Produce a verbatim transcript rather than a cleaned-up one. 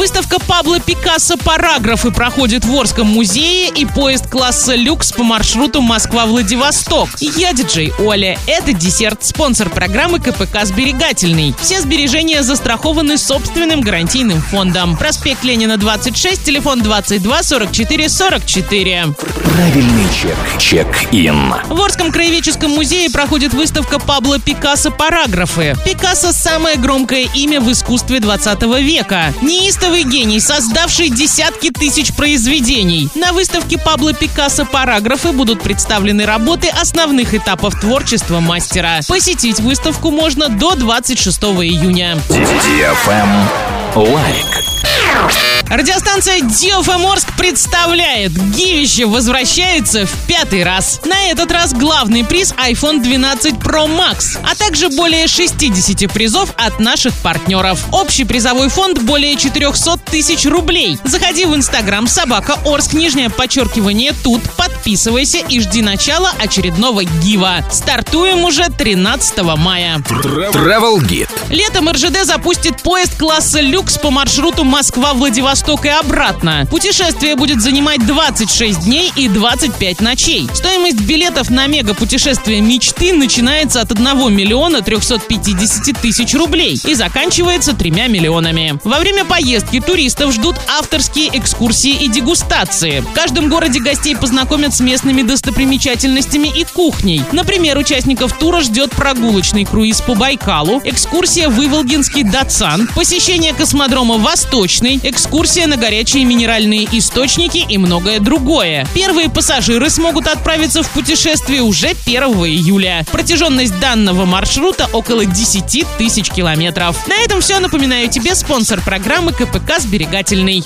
Выставка Пабло Пикассо «Параграфы» проходит в Орском музее и поезд класса люкс по маршруту Москва-Владивосток. Я диджей Оля. Это десерт, спонсор программы КПК «Сберегательный». Все сбережения застрахованы собственным гарантийным фондом. Проспект Ленина, двадцать шесть, телефон двадцать два сорок четыре сорок четыре. Правильный чек. Чек-ин. В Орском краеведческом музее проходит выставка Пабло Пикассо «Параграфы». Пикассо – самое громкое имя в искусстве двадцатого века. Неистовый гений, создавший десятки тысяч произведений. На выставке Пабло Пикассо «Параграфы» будут представлены работы основных этапов творчества мастера. Посетить выставку можно до двадцать шестого июня. Лайк. Радиостанция ди эф эм Орск представляет: Гивище возвращается в пятый раз. На этот раз главный приз айфон двенадцать про макс, а также более шестьдесят призов от наших партнеров. Общий призовой фонд более четыреста тысяч рублей. Заходи в инстаграм собака Орск, нижнее подчеркивание тут, подписывайся и жди начала очередного гива. Стартуем уже тринадцатого мая. Travel Guide. Летом эр жэ дэ запустит поезд класса люкс по маршруту Москва-Владивосток и обратно. Путешествие будет занимать двадцать шесть дней и двадцать пять ночей. Стоимость билетов на мега-путешествие мечты начинается от одного миллиона трехсот пятидесяти тысяч рублей и заканчивается тремя миллионами. Во время поездки туристов ждут авторские экскурсии и дегустации. В каждом городе гостей познакомят с местными достопримечательностями и кухней. Например, участников тура ждет прогулочный круиз по Байкалу, экскурсия в Иволгинский Датсан, посещение космодрома Восточный, экскурсия на горячие минеральные источники и многое другое. Первые пассажиры смогут отправиться в путешествие уже первого июля. Протяженность данного маршрута около десять тысяч километров. На этом все. Напоминаю тебе спонсор программы КПК «Сберегательный».